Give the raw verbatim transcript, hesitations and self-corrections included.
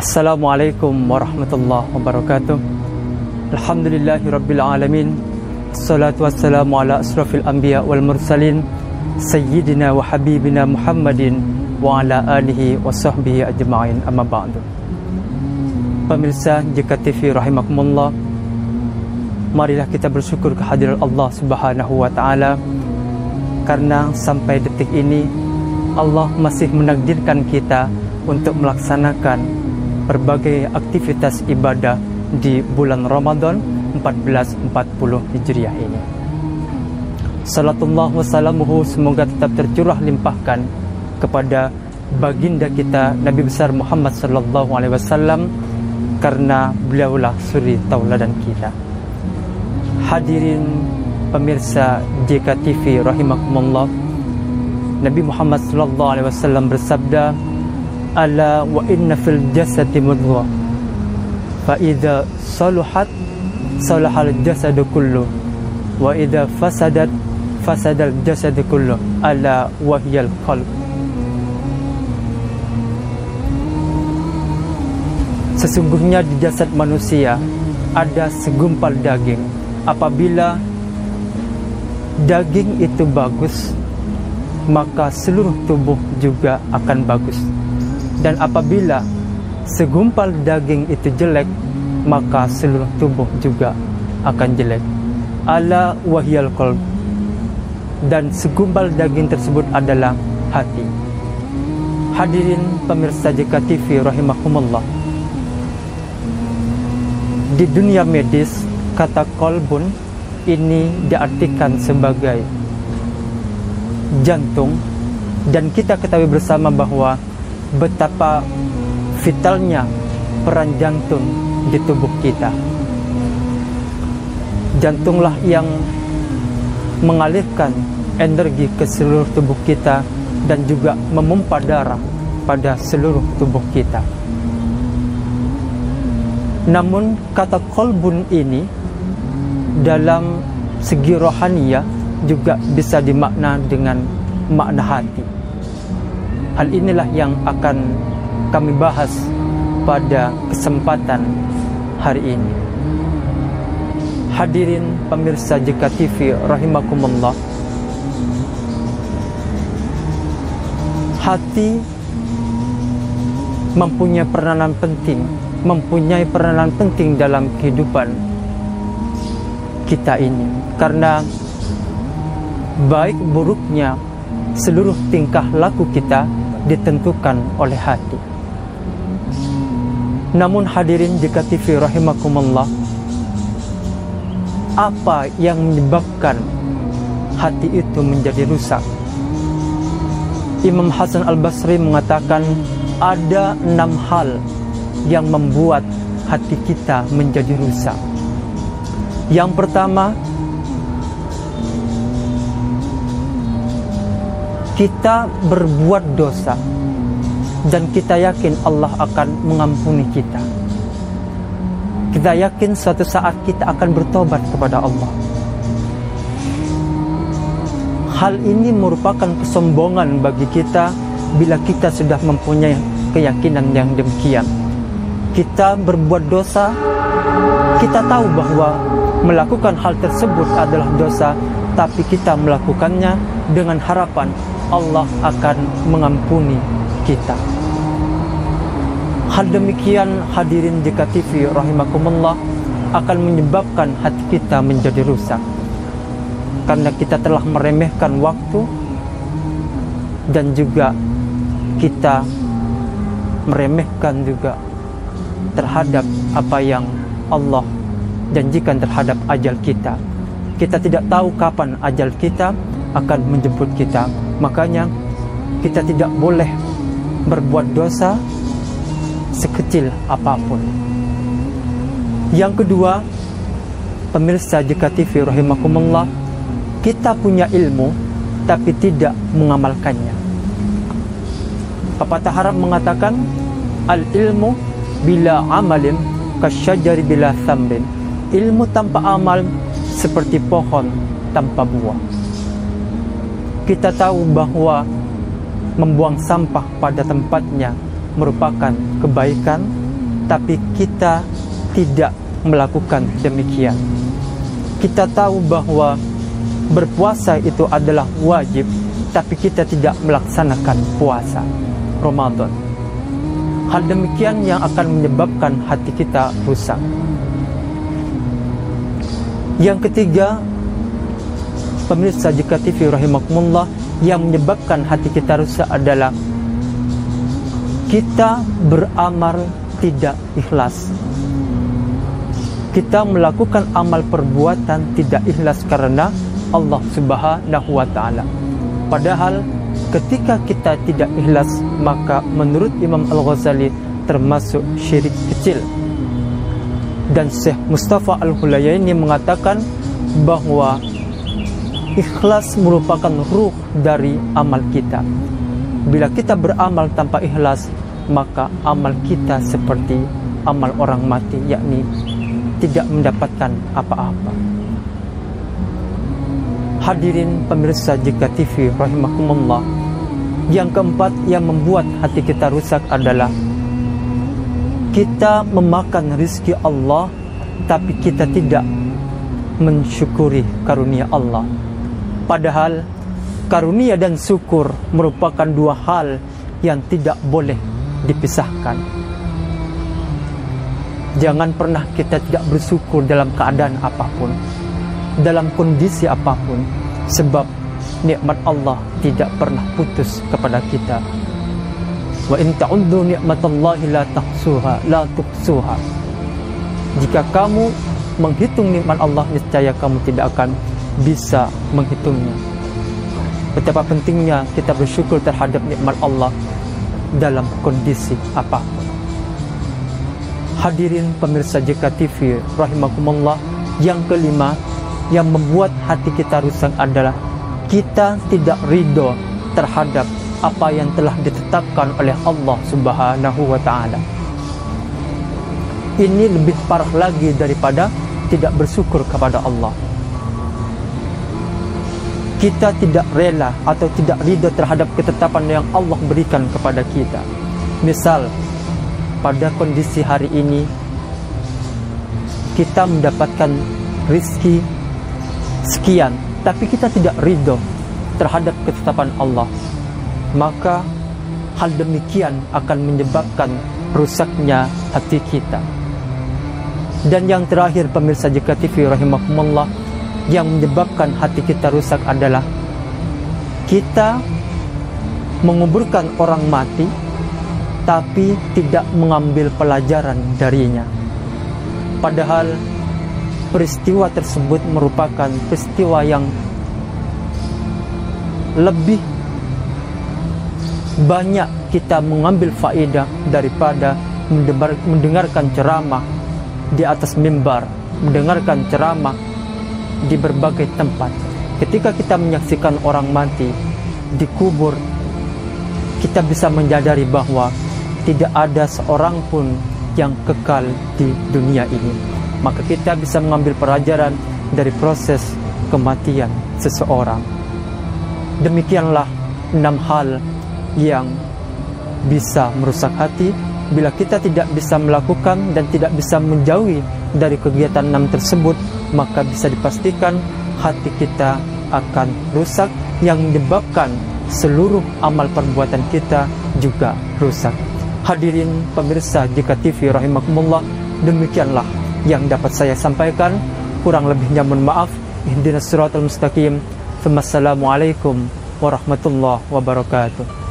Assalamualaikum warahmatullahi wabarakatuh. Alhamdulillahi rabbil alamin. Assalatu wassalamu ala asrafil anbiya wal mursalin Sayyidina wa habibina Muhammadin wa ala alihi wa sahbihi ajma'in, amma ba'du. Pemirsa J K T V rahimakumullah, marilah kita bersyukur kehadiran Allah subhanahu wa ta'ala, karena sampai detik ini Allah masih menakdirkan kita untuk melaksanakan berbagai aktivitas ibadah di bulan Ramadan seribu empat ratus empat puluh Hijriah ini. Salatullah wassalamuhu semoga tetap tercurah limpahkan kepada baginda kita Nabi besar Muhammad sallallahu alaihi wasallam, karena beliaulah suri tauladan kita. Hadirin pemirsa J K T V rahimakumullah, Nabi Muhammad sallallahu alaihi wasallam bersabda, ala wa inna fil jasadi mudghah fa idza saluhat salahal jasadu kullu wa idza fasadat fasadal jasadu kullu ala wahyal qalb. Sesungguhnya di jasad manusia ada segumpal daging. Apabila daging itu bagus, maka seluruh tubuh juga akan bagus. Dan apabila segumpal daging itu jelek, maka seluruh tubuh juga akan jelek. Ala wahyal qalb. Dan segumpal daging tersebut adalah hati. Hadirin pemirsa J K T V rahimakumullah, di dunia medis kata kolbun ini diartikan sebagai jantung, dan kita ketahui bersama bahwa betapa vitalnya peran jantung di tubuh kita. Jantunglah yang mengalirkan energi ke seluruh tubuh kita dan juga memompa darah pada seluruh tubuh kita. Namun kata kolbun ini dalam segi rohaniyah juga bisa dimakna dengan makna hati. Hal inilah yang akan kami bahas pada kesempatan hari ini. Hadirin pemirsa J K T V rahimakumullah, hati mempunyai peranan penting, mempunyai peranan penting dalam kehidupan kita ini, karena baik buruknya seluruh tingkah laku kita ditentukan oleh hati. Namun hadirin J K T V rahimakumullah, apa yang menyebabkan hati itu menjadi rusak? Imam Hasan Al-Basri mengatakan ada enam hal yang membuat hati kita menjadi rusak. Yang pertama, kita berbuat dosa dan kita yakin Allah akan mengampuni kita. Kita yakin suatu saat kita akan bertobat kepada Allah. Hal ini merupakan kesombongan bagi kita bila kita sudah mempunyai keyakinan yang demikian. Kita berbuat dosa, kita tahu bahwa melakukan hal tersebut adalah dosa, tapi kita melakukannya dengan harapan Allah akan mengampuni kita. Hal demikian hadirin J K T V rahimakumullah akan menyebabkan hati kita menjadi rusak, karena kita telah meremehkan waktu dan juga kita meremehkan juga terhadap apa yang Allah janjikan terhadap ajal kita. Kita tidak tahu kapan ajal kita akan menjemput kita. Makanya kita tidak boleh berbuat dosa sekecil apapun. Yang kedua, pemirsa J K T V rahimakumullah, kita punya ilmu tapi tidak mengamalkannya. Pepatah Arab mengatakan, al ilmu bila amalin kasyajari bila thamrin. Ilmu tanpa amal seperti pohon tanpa buah. Kita tahu bahwa membuang sampah pada tempatnya merupakan kebaikan, tapi kita tidak melakukan demikian. Kita tahu bahwa berpuasa itu adalah wajib, tapi kita tidak melaksanakan puasa Ramadan. Hal demikian yang akan menyebabkan hati kita rusak. Yang ketiga, pemirsa J K T V rahimakumullah, yang menyebabkan hati kita rusak adalah kita beramal tidak ikhlas. Kita melakukan amal perbuatan tidak ikhlas karena Allah Subhanahu wa ta'ala. Padahal ketika kita tidak ikhlas, maka menurut Imam Al-Ghazali termasuk syirik kecil. Dan Syekh Mustafa Al-Hulayaini mengatakan bahwa ikhlas merupakan ruh dari amal kita. Bila kita beramal tanpa ikhlas, maka amal kita seperti amal orang mati, yakni tidak mendapatkan apa-apa. Hadirin pemirsa J K T V rahimakumullah, yang keempat yang membuat hati kita rusak adalah kita memakan rizki Allah, tapi kita tidak mensyukuri karunia Allah. Padahal karunia dan syukur merupakan dua hal yang tidak boleh dipisahkan. Jangan pernah kita tidak bersyukur dalam keadaan apapun, dalam kondisi apapun, sebab nikmat Allah tidak pernah putus kepada kita. Wa in ta'uddu ni'matallahi la tahsuha la tuhsuha. Jika kamu menghitung nikmat Allah, niscaya kamu tidak akan bisa menghitungnya. Betapa pentingnya kita bersyukur terhadap nikmat Allah dalam kondisi apapun. Hadirin pemirsa J K T V rahimakumullah, yang kelima yang membuat hati kita rusak adalah kita tidak ridho terhadap apa yang telah ditetapkan oleh Allah Subhanahu wa ta'ala. Ini lebih parah lagi daripada tidak bersyukur kepada Allah. Kita tidak rela atau tidak ridho terhadap ketetapan yang Allah berikan kepada kita. Misal, pada kondisi hari ini kita mendapatkan rizki sekian, tapi kita tidak ridho terhadap ketetapan Allah, maka hal demikian akan menyebabkan rusaknya hati kita. Dan yang terakhir pemirsa J K T V rahimakumullah, yang menyebabkan hati kita rusak adalah kita menguburkan orang mati tapi tidak mengambil pelajaran darinya. Padahal peristiwa tersebut merupakan peristiwa yang lebih banyak kita mengambil faedah daripada mendengarkan ceramah di atas mimbar, mendengarkan ceramah di berbagai tempat. Ketika kita menyaksikan orang mati dikubur, kita bisa menyadari bahwa tidak ada seorang pun yang kekal di dunia ini. Maka kita bisa mengambil pelajaran dari proses kematian seseorang. Demikianlah enam hal yang bisa merusak hati. Bila kita tidak bisa melakukan dan tidak bisa menjauhi dari kegiatan enam tersebut, maka bisa dipastikan hati kita akan rusak, yang menyebabkan seluruh amal perbuatan kita juga rusak. Hadirin pemirsa J K T V rahimakumullah, demikianlah yang dapat saya sampaikan. Kurang lebihnya mohon maaf. Ihdinas siratal mustaqim. Wassalamualaikum warahmatullahi wabarakatuh.